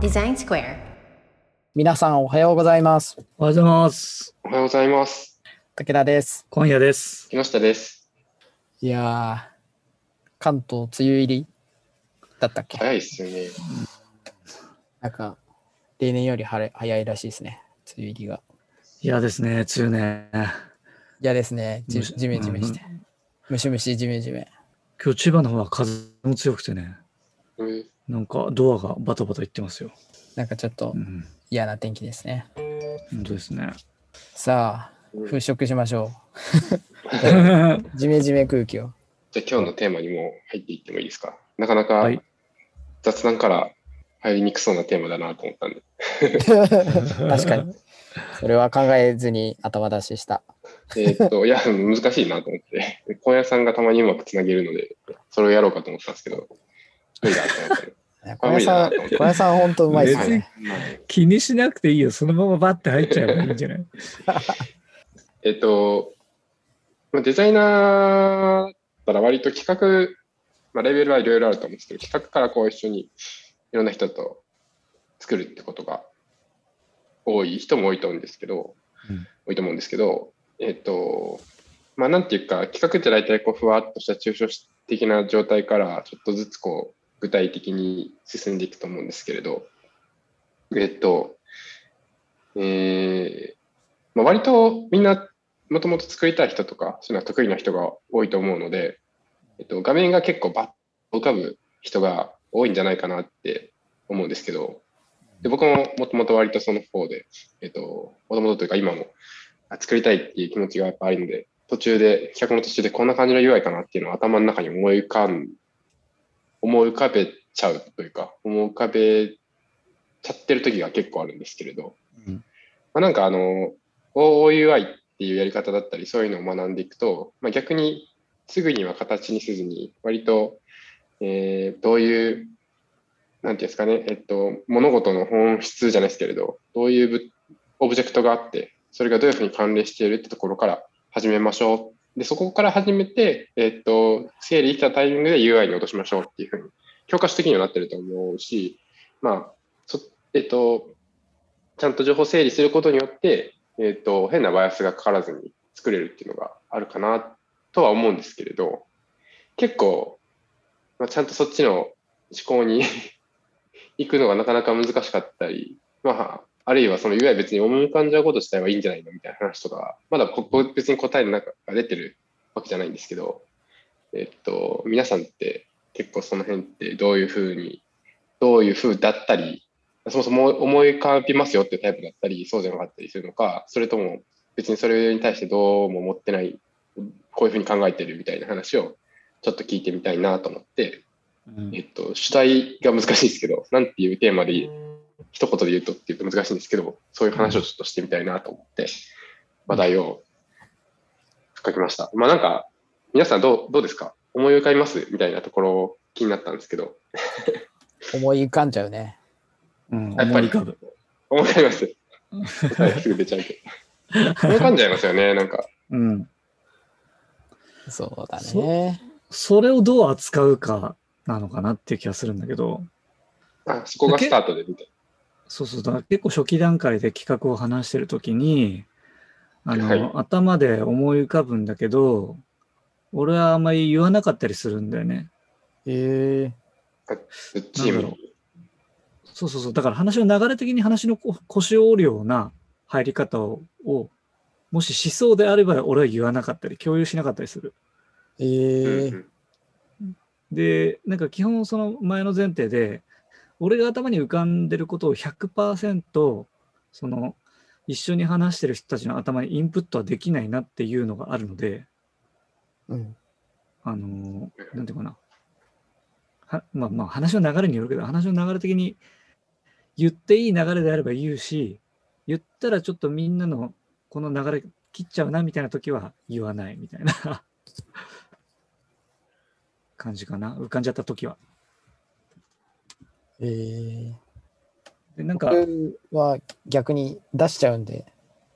デザインスクエア。 皆さんおはようございます。 おはようございます。 おはようございます。 武田です。 今夜です。 木下です。 いやー、関東梅雨入りだったっけ？ 早いっすよね。 なんか、例年より早いらしいですね、梅雨入りが。 嫌ですね、梅雨ね。 嫌ですね、ジメジメして。ムシムシジメジメ。 今日千葉の方は風も強くてね、 うんなんかドアがバタバタいってますよ。 なんかちょっと嫌な天気ですね。 本当ですね。 さあ、払拭しましょう。ジメジメ空気を。 じゃあ今日のテーマにも入っていってもいいですか？なかなかはい雑談から入りにくそうなテーマだなと思ったんで。 確かに。それは考えずに頭出しした。 いや、難しいなと思って。今夜さんがたまにうまくつなげるので、それをやろうかと思ったんですけど、無理だと思って。 小屋さん本当うまいですね。 気にしなくていいよ。そのままバッて入っちゃえばいいんじゃない？ デザイナーだったら割と企画、レベルはいろいろあると思うんですけど、企画からこう一緒にいろんな人と作るってことが多い人も多いと思うんですけど、なんていうか、企画って大体こうふわっとした抽象的な状態からちょっとずつこう具体的に進んでいくと思うんですけれど、割とみんなもともと作りたい人とか、そういうのは得意な人が多いと思うので、画面が結構バッと浮かぶ人が多いんじゃないかなって思うんですけど、で僕ももともと割とその方で、もともとというか今も作りたいっていう気持ちがやっぱあるので、企画の途中でこんな感じの UI かなっていうのを頭の中に思い浮かべちゃうというか、思い浮かべちゃってる時が結構あるんですけれど、OUI っていうやり方だったり、そういうのを学んでいくと、逆にすぐには形にせずに、割と、どういう、なんていうんですかね、物事の本質じゃないですけれど、どういうオブジェクトがあって、それがどういうふうに関連しているってところから始めましょう。で、そこから始めて、整理したタイミングで UI に落としましょうっていうふうに、教科書的にはなってると思うし、ちゃんと情報整理することによって、変なバイアスがかからずに作れるっていうのがあるかなとは思うんですけれど、結構、ちゃんとそっちの思考に行くのがなかなか難しかったり、あるいはその UI 別に思い浮かんじゃうこと自体はいいんじゃないのみたいな話とか、まだ別に答えの中が出てるわけじゃないんですけど、皆さんって結構その辺ってどういうふうだったり、そもそも思い浮かびますよっていうタイプだったり、そうじゃなかったりするのか、それとも別にそれに対してどうも思ってない、こういうふうに考えてるみたいな話をちょっと聞いてみたいなと思って、主題が難しいですけど、なんていうテーマで一言で言うとって言うと難しいんですけど、そういう話をちょっとしてみたいなと思って、話題を書きました。皆さんどうですか？思い浮かびますみたいなところ気になったんですけど。 思い浮かんじゃうね。 思い浮かぶ。 思い浮かびます。すぐ出ちゃうけど。思い浮かんじゃいますよね、なんか。 そうだね。 それをどう扱うかなのかなっていう気がするんだけど。 そこがスタートでみたいな。 そうだから結構初期段階で企画を話してるときに、 はい頭で思い浮かぶんだけど、俺はあんまり言わなかったりするんだよね。 チームに。 そう。だから話の流れ的に話の腰を折るような入り方をもししそうであれば俺は言わなかったり、共有しなかったりする。で、なんか基本その前の前提で、俺が頭に浮かんでることを 100% その一緒に話してる人たちの頭にインプットはできないなっていうのがあるので、なんていうかな。話の流れによるけど、話の流れ的に言っていい流れであれば言うし、言ったらちょっとみんなのこの流れ切っちゃうなみたいな時は言わないみたいな感じかな。浮かんじゃった時は。 でなんか僕は逆に出しちゃうんで。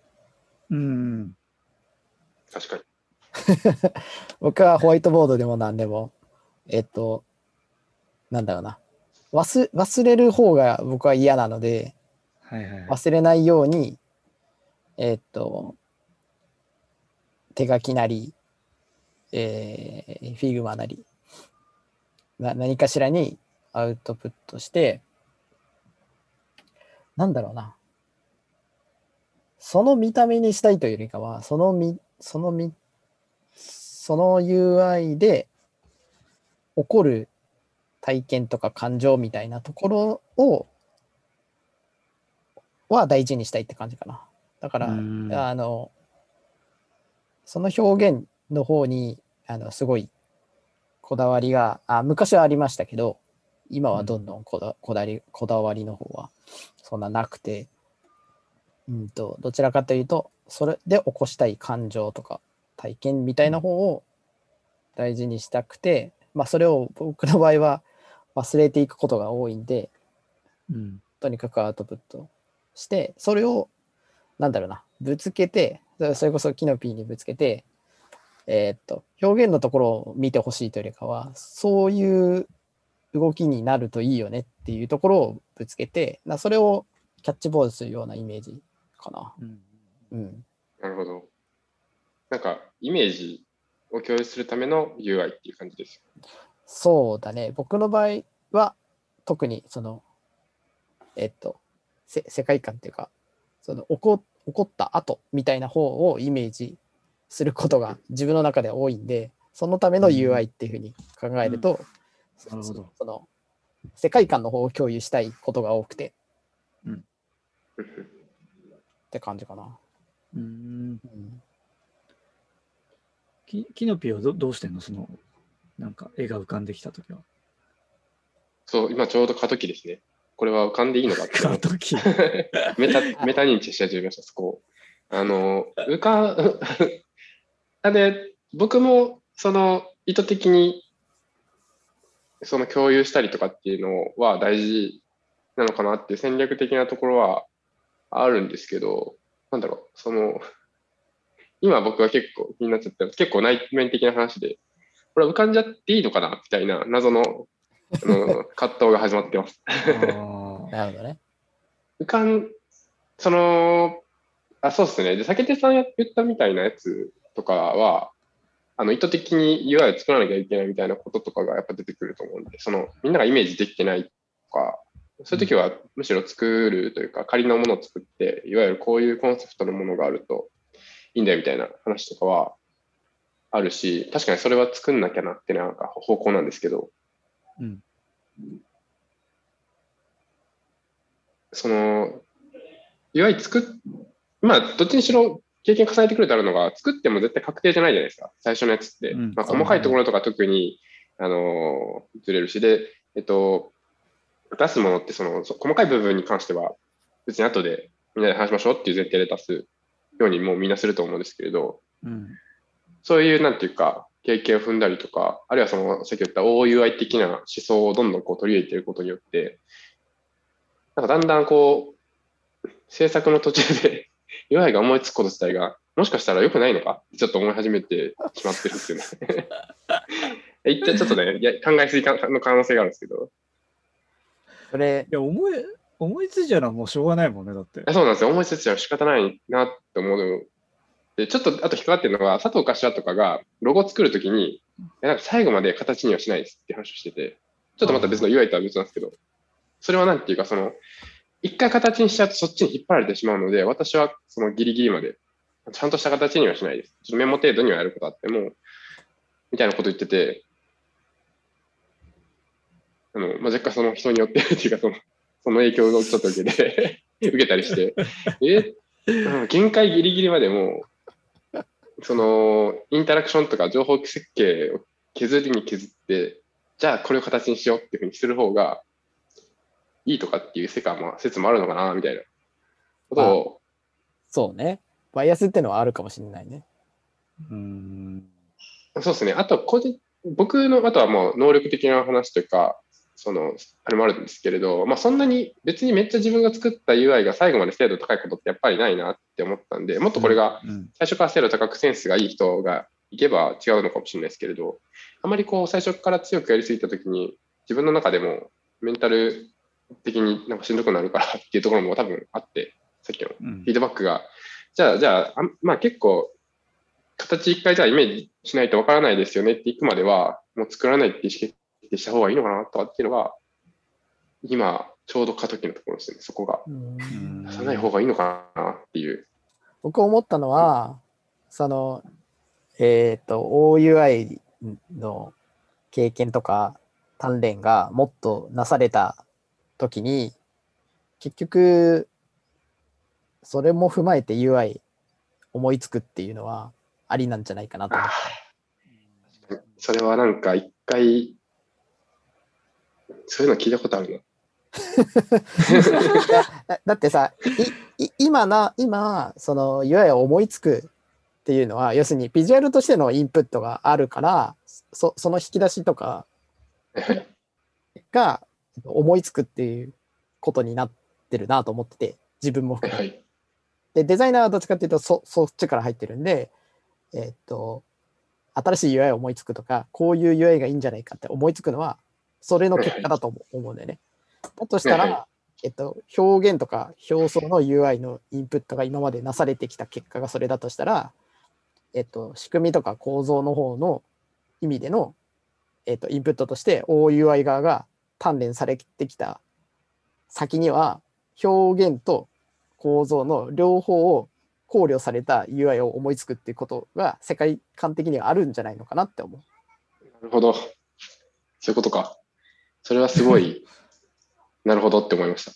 確かに。 僕はホワイトボードでも何でも、なんだろうな。 忘れる方が僕は嫌なので、 はいはいはい。 忘れないように、手書きなり、Figma なり、何かしらにアウトプットして、なんだろうな。その見た目にしたいというよりかは、その UI で起こる体験とか感情みたいなところは大事にしたいって感じかな。だから、その表現の方に、すごいこだわりが、昔はありましたけど、今はどんどんこだわりの方はそんななくて、どちらかというと、それで起こしたい感情とか体験みたいな方を大事にしたくて、それを僕の場合は忘れていくことが多いんで、とにかくアウトプットして、それを、ぶつけて、それこそキノピーにぶつけて、表現のところを見てほしいというよりかは、そういう動きになるといいよねっていうところをぶつけて、それをキャッチボールするようなイメージかな。 なるほど。なんか、イメージを共有するための UI っていう感じです。 そうだね。僕の場合は、特に世界観っていうか、起こった後みたいな方をイメージすることが自分の中で多いんで、そのための UI っていうふうに考えると、 なるほど。 その世界観の方を共有したいことが多くて、って感じかな。 キノピーはどうしてんの？なんか絵が浮かんできたときは。 そう、今ちょうど過渡期ですね。これは浮かんでいいのかって過渡期メタ認知し始めました、そこを。で、僕も意図的に共有したりとかっていうのは大事なのかなっていう戦略的なところはあるんですけど、今僕は結構気になっちゃった、結構内面的な話で、これは浮かんじゃっていいのかなみたいな謎の葛藤が始まってます。 なるほどね。 そうですね。で、酒手さん言ったみたいなやつとかは、意図的に UI を作らなきゃいけないみたいなこととかがやっぱ出てくると思うんで、みんながイメージできてないとか、そういう時はむしろ作るというか、仮のものを作って、いわゆるこういうコンセプトのものがあるといいんだよみたいな話とかはあるし、確かにそれは作んなきゃなってなんか方向なんですけど、UI どっちにしろ経験重ねてくるとあるのが、作っても絶対確定じゃないじゃないですか、最初のやつって。細かいところとか特に、ずれるし、で、出すものって細かい部分に関しては、別に後でみんなで話しましょうっていう前提で出すようにもうみんなすると思うんですけれど、そういう、なんていうか、経験を踏んだりとか、あるいはさっき言った OUI 的な思想をどんどん取り入れていることによって、なんかだんだん制作の途中でUI が思いつくこと自体が、もしかしたら良くないのかってちょっと思い始めてしまってるんですよね。一回ちょっとね、考えすぎの可能性があるんですけど。 思いついちゃうのはもうしょうがないもんね、だって。 そうなんですよ。思いついちゃう仕方ないなって思う。で、ちょっとあと引っかかってるのが、佐藤柏とかがロゴ作るときに、なんか最後まで形にはしないですって話をしてて、ちょっとまた別の UI とは別なんですけど、それはなんていうか、一回形にしちゃうとそっちに引っ張られてしまうので、私はギリギリまで、ちゃんとした形にはしないです。ちょっとメモ程度にはやることあっても、みたいなこと言ってて、若干人によってっていうか、その影響をちょっと受けて受けたりして、限界ギリギリまでもインタラクションとか情報設計を削りに削って、じゃあこれを形にしようっていうふうにする方がいいとかっていう説もあるのかなみたいなことを、 そうね。バイアスっていうのはあるかもしれないね。 そうですね。あと僕のあとはもう能力的な話というか、あれもあるんですけれど、そんなに別にめっちゃ自分が作った UI が最後まで精度高いことってやっぱりないなって思ったんで、もっとこれが最初から精度高くセンスがいい人がいけば違うのかもしれないですけれど、あまり最初から強くやりすぎたときに自分の中でもメンタル的になんかしんどくなるからっていうところも多分あって、さっきのフィードバックが、じゃあ、まあ結構、形一回じゃあイメージしないとわからないですよねっていくまでは、もう作らないって意識決定した方がいいのかなとかっていうのが、今、ちょうど過渡期のところですね、そこが。出さない方がいいのかなっていう。 僕思ったのは、その、OUI の経験とか鍛錬がもっとなされた時に、結局、それも踏まえて UI 思いつくっていうのはありなんじゃないかなと思って。 それはなんか一回、そういうの聞いたことあるな。 だってさ、今、その UI を思いつくっていうのは、要するにビジュアルとしてのインプットがあるから、その引き出しとかが思いつくっていうことになってるなと思ってて、自分も含めて。で、デザイナーはどっちかっていうとそっちから入ってるんで、新しい UI を思いつくとか、こういう UI がいいんじゃないかって思いつくのは、それの結果だと思うんだよね。だとしたら、表現とか表層の UI のインプットが今までなされてきた結果がそれだとしたら、仕組みとか構造の方の意味での、インプットとして OUI 側が鍛錬されてきた先には、表現と構造の両方を考慮された UI を思いつくっていうことが世界観的にはあるんじゃないのかなって思う。 なるほど。そういうことか。それはすごい、なるほどって思いました。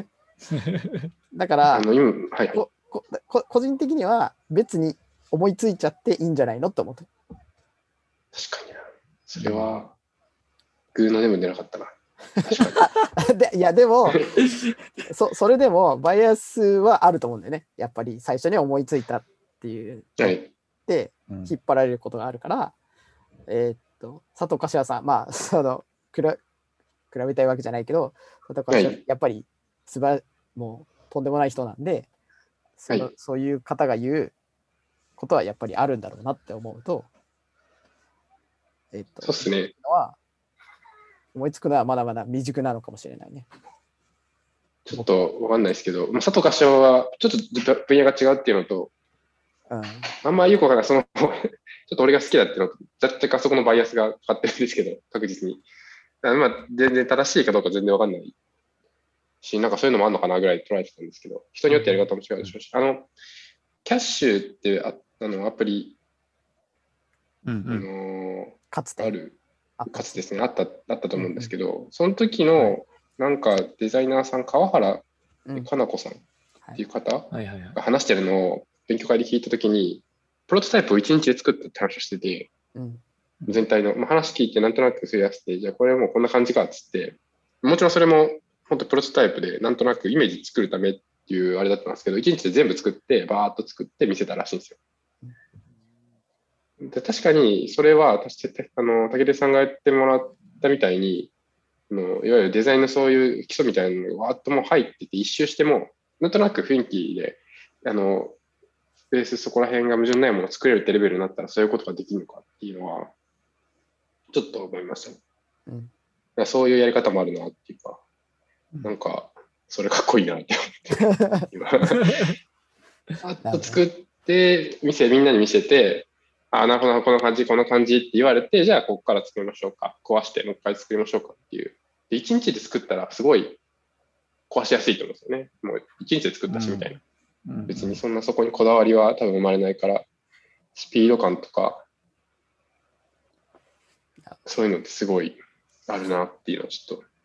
だから、 はい個人的には別に思いついちゃっていいんじゃないのって思って。 確かにな。それは、グーの根も出なかったな。 いや、でもそれでもバイアスはあると思うんだよね。やっぱり最初に思いついたっていうで引っ張られることがあるから、佐藤柏さん、まあ比べたいわけじゃないけど、佐藤柏やっぱりもうとんでもない人なんで、そういう方が言うことはやっぱりあるんだろうなって思うと、 そうっすね。 思いつくのはまだまだ未熟なのかもしれないね。 ちょっとわかんないですけど、佐藤柏はちょっと分野が違うっていうのと、あんまよくわからない、ちょっと俺が好きだっていうのと、若干そこのバイアスがかかってるんですけど、確実に。まあ、全然正しいかどうか全然わかんないし、なんかそういうのもあるのかなぐらい捉えてたんですけど、人によってやり方も違うでしょうし、キャッシュっていうアプリ、 かつてですね、あったと思うんですけど、その時のなんかデザイナーさん、川原かな子さんっていう方が話してるのを勉強会で聞いた時に、プロトタイプを1日で作ったって話をしてて、全体の、話聞いてなんとなくすり合わせて、じゃあこれもうこんな感じかっつって、もちろんそれも本当プロトタイプでなんとなくイメージ作るためっていうあれだったんですけど、1日で全部作って、バーっと作って見せたらしいんですよ。で確かにそれは武出さんがやってもらったみたいにいわゆるデザインのそういう基礎みたいなのがわーっともう入ってて一周してもなんとなく雰囲気でスペースそこら辺が矛盾ないものを作れるってレベルになったらそういうことができるのかっていうのはちょっと思いましたね。そういうやり方もあるなっていうか、なんかそれかっこいいなって思って今あっと作ってみんなに見せて、なるほど、こんな感じって言われて、じゃあここから作りましょうか。壊してもう一回作りましょうかっていう。で、1日で作ったらすごい壊しやすいと思うんですよね。もう1日で作ったしみたいな。別にそこにこだわりは多分生まれないから、スピード感とか、そういうのってすごいあるなっていうのはちょっと。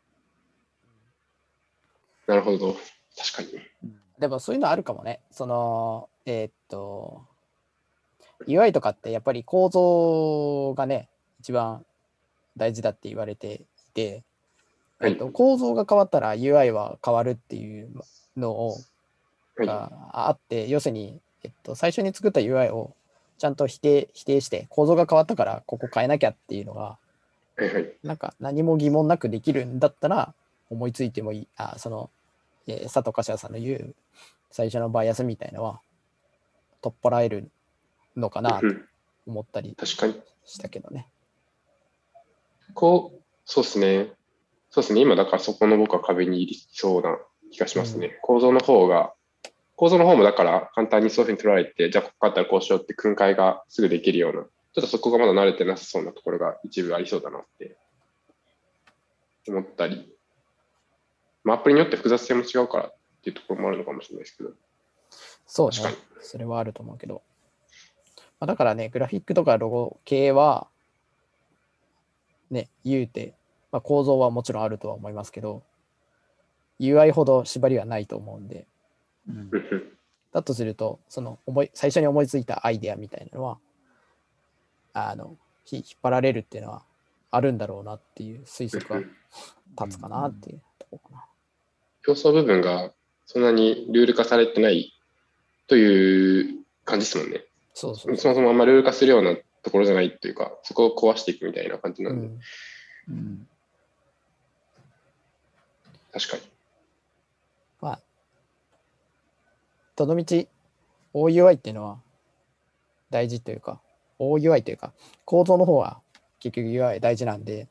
なるほど。確かに。 でもそういうのあるかもね。UI とかってやっぱり構造がね、一番大事だって言われていて、構造が変わったら UI は変わるっていうのがあって、要するに、最初に作った UI をちゃんと否定して構造が変わったからここ変えなきゃっていうのが、なんか何も疑問なくできるんだったら思いついてもいい。佐藤柏さんの言う最初のバイアスみたいのは取っ払えるのかなと思ったりしたけどね。 そうですね。 そうですね。今だからそこの僕は壁にいりそうな気がしますね。構造の方もだから簡単にそういうふうに取られて、じゃあここあったらこうしようって訓解がすぐできるような、ちょっとそこがまだ慣れてなさそうなところが一部ありそうだなって思ったり、まあ、アプリによって複雑性も違うからっていうところもあるのかもしれないですけど。 そうね確かに。 それはあると思うけど。まあ、だからね、グラフィックとかロゴ系は、ね、言うて、まあ、構造はもちろんあるとは思いますけど、UI ほど縛りはないと思うんで、 うんだとすると、最初に思いついたアイデアみたいなのは、引っ張られるっていうのはあるんだろうなっていう推測は立つかなっていうところかな。 表層部分がそんなにルール化されてないという感じですもんね。 そうそうそもそもあんまルール化するようなところじゃないというか、そこを壊していくみたいな感じなんで、確かに。 まあ、どのみち OUI っていうのは大事というか、OUI というか、構造の方は結局 UI 大事なんで、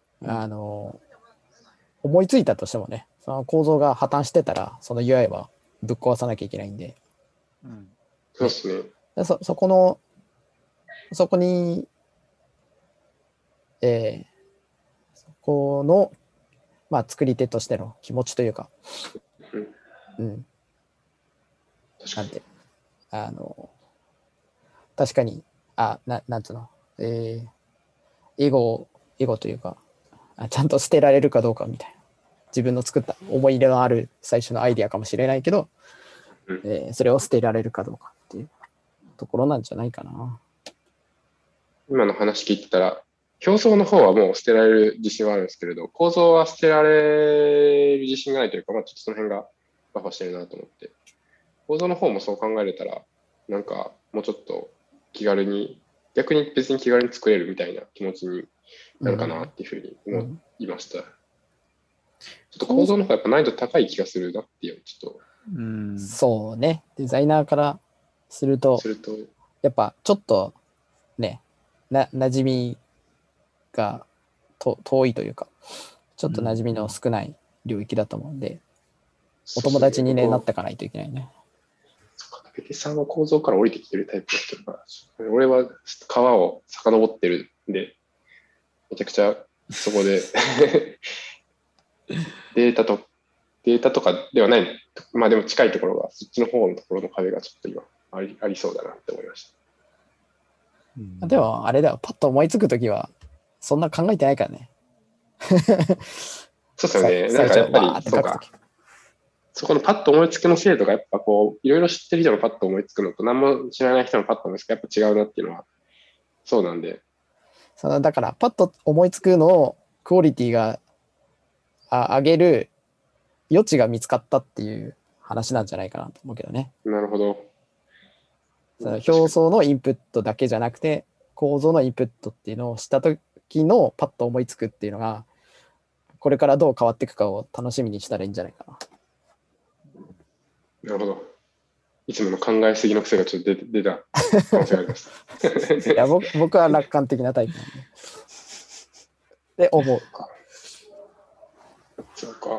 思いついたとしてもね、その構造が破綻してたら、その UI はぶっ壊さなきゃいけないんで、 そうですね。 そこに、そこの、まあ、作り手としての気持ちというか、なんて、確かに、なんつうの、エゴというか、ちゃんと捨てられるかどうかみたいな。自分の作った思い入れのある最初のアイデアかもしれないけど、それを捨てられるかどうかっていうところなんじゃないかな。 今の話聞いてたら、表層の方はもう捨てられる自信はあるんですけれど、構造は捨てられる自信がないというか、まあ、ちょっとその辺がバファしてるなと思って、構造の方もそう考えれたら、なんかもうちょっと気軽に、逆に別に気軽に作れるみたいな気持ちになるかなっていうふうに思いました。ちょっと構造の方がやっぱ難易度高い気がするなっていう、ちょっと。 そうね。デザイナーからすると、やっぱちょっとね、馴染みが遠いというか、ちょっと馴染みの少ない領域だと思うんで、お友達に、なっていかないといけないね。 そうか、ペケさんは構造から降りてきてるタイプの人だから、俺は川を遡ってるんで、めちゃくちゃそこでデータとかではない、まあでも近いところが、そっちの方のところの壁がちょっと今ありそうだなって思いました。 でもあれだよ、パッと思いつくときは、そんな考えてないからね。 そうですよね。なんかやっぱり、そうか。そこのパッと思いつくの精度がやっぱこう、いろいろ知ってる人のパッと思いつくのと、何も知らない人のパッと思いつくやっぱ違うなっていうのは、そうなんで。 だから、パッと思いつくのをクオリティが上げる余地が見つかったっていう話なんじゃないかなと思うけどね。 なるほど。 表層のインプットだけじゃなくて、構造のインプットっていうのをしたときのパッと思いつくっていうのが、これからどう変わっていくかを楽しみにしたらいいんじゃないかな。 なるほど。いつもの考えすぎの癖がちょっと出た可能性があります。 いや僕は楽観的なタイプなんで。で、思う。 そうか。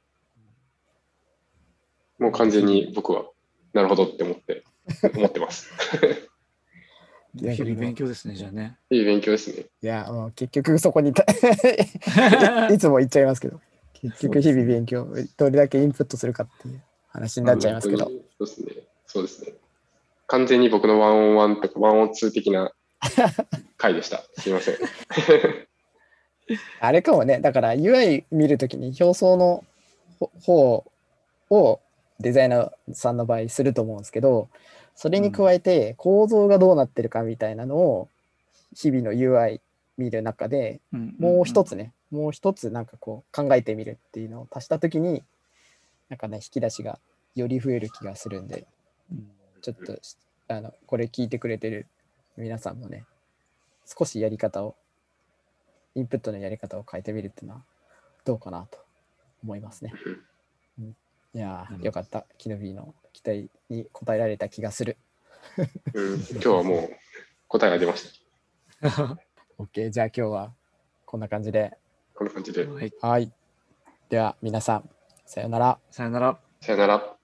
もう完全に僕は、なるほどって思ってます。 日々勉強ですね、じゃあね。 いい勉強ですね。 いや、もう結局そこにいつも言っちゃいますけど、結局日々勉強、どれだけインプットするかっていう話になっちゃいますけど。 そうですね。完全に僕のワンオンワンとかワンオンツー的な回でした。すいません。 あれかもね、だから UI 見るときに表層の方をデザイナーさんの場合すると思うんですけど、それに加えて構造がどうなってるかみたいなのを日々の UI 見る中でもう一つなんかこう考えてみるっていうのを足したときになんかね引き出しがより増える気がするんで、ちょっとこれ聞いてくれてる皆さんもね少しインプットのやり方を変えてみるっていうのはどうかなと思いますね。いやよかった。キノビーの期待に応えられた気がする。 今日はもう答えが出ました。 OK、じゃあ今日はこんな感じで。 こんな感じで。 はい。 では皆さん、さようなら。 さよなら。 さよなら。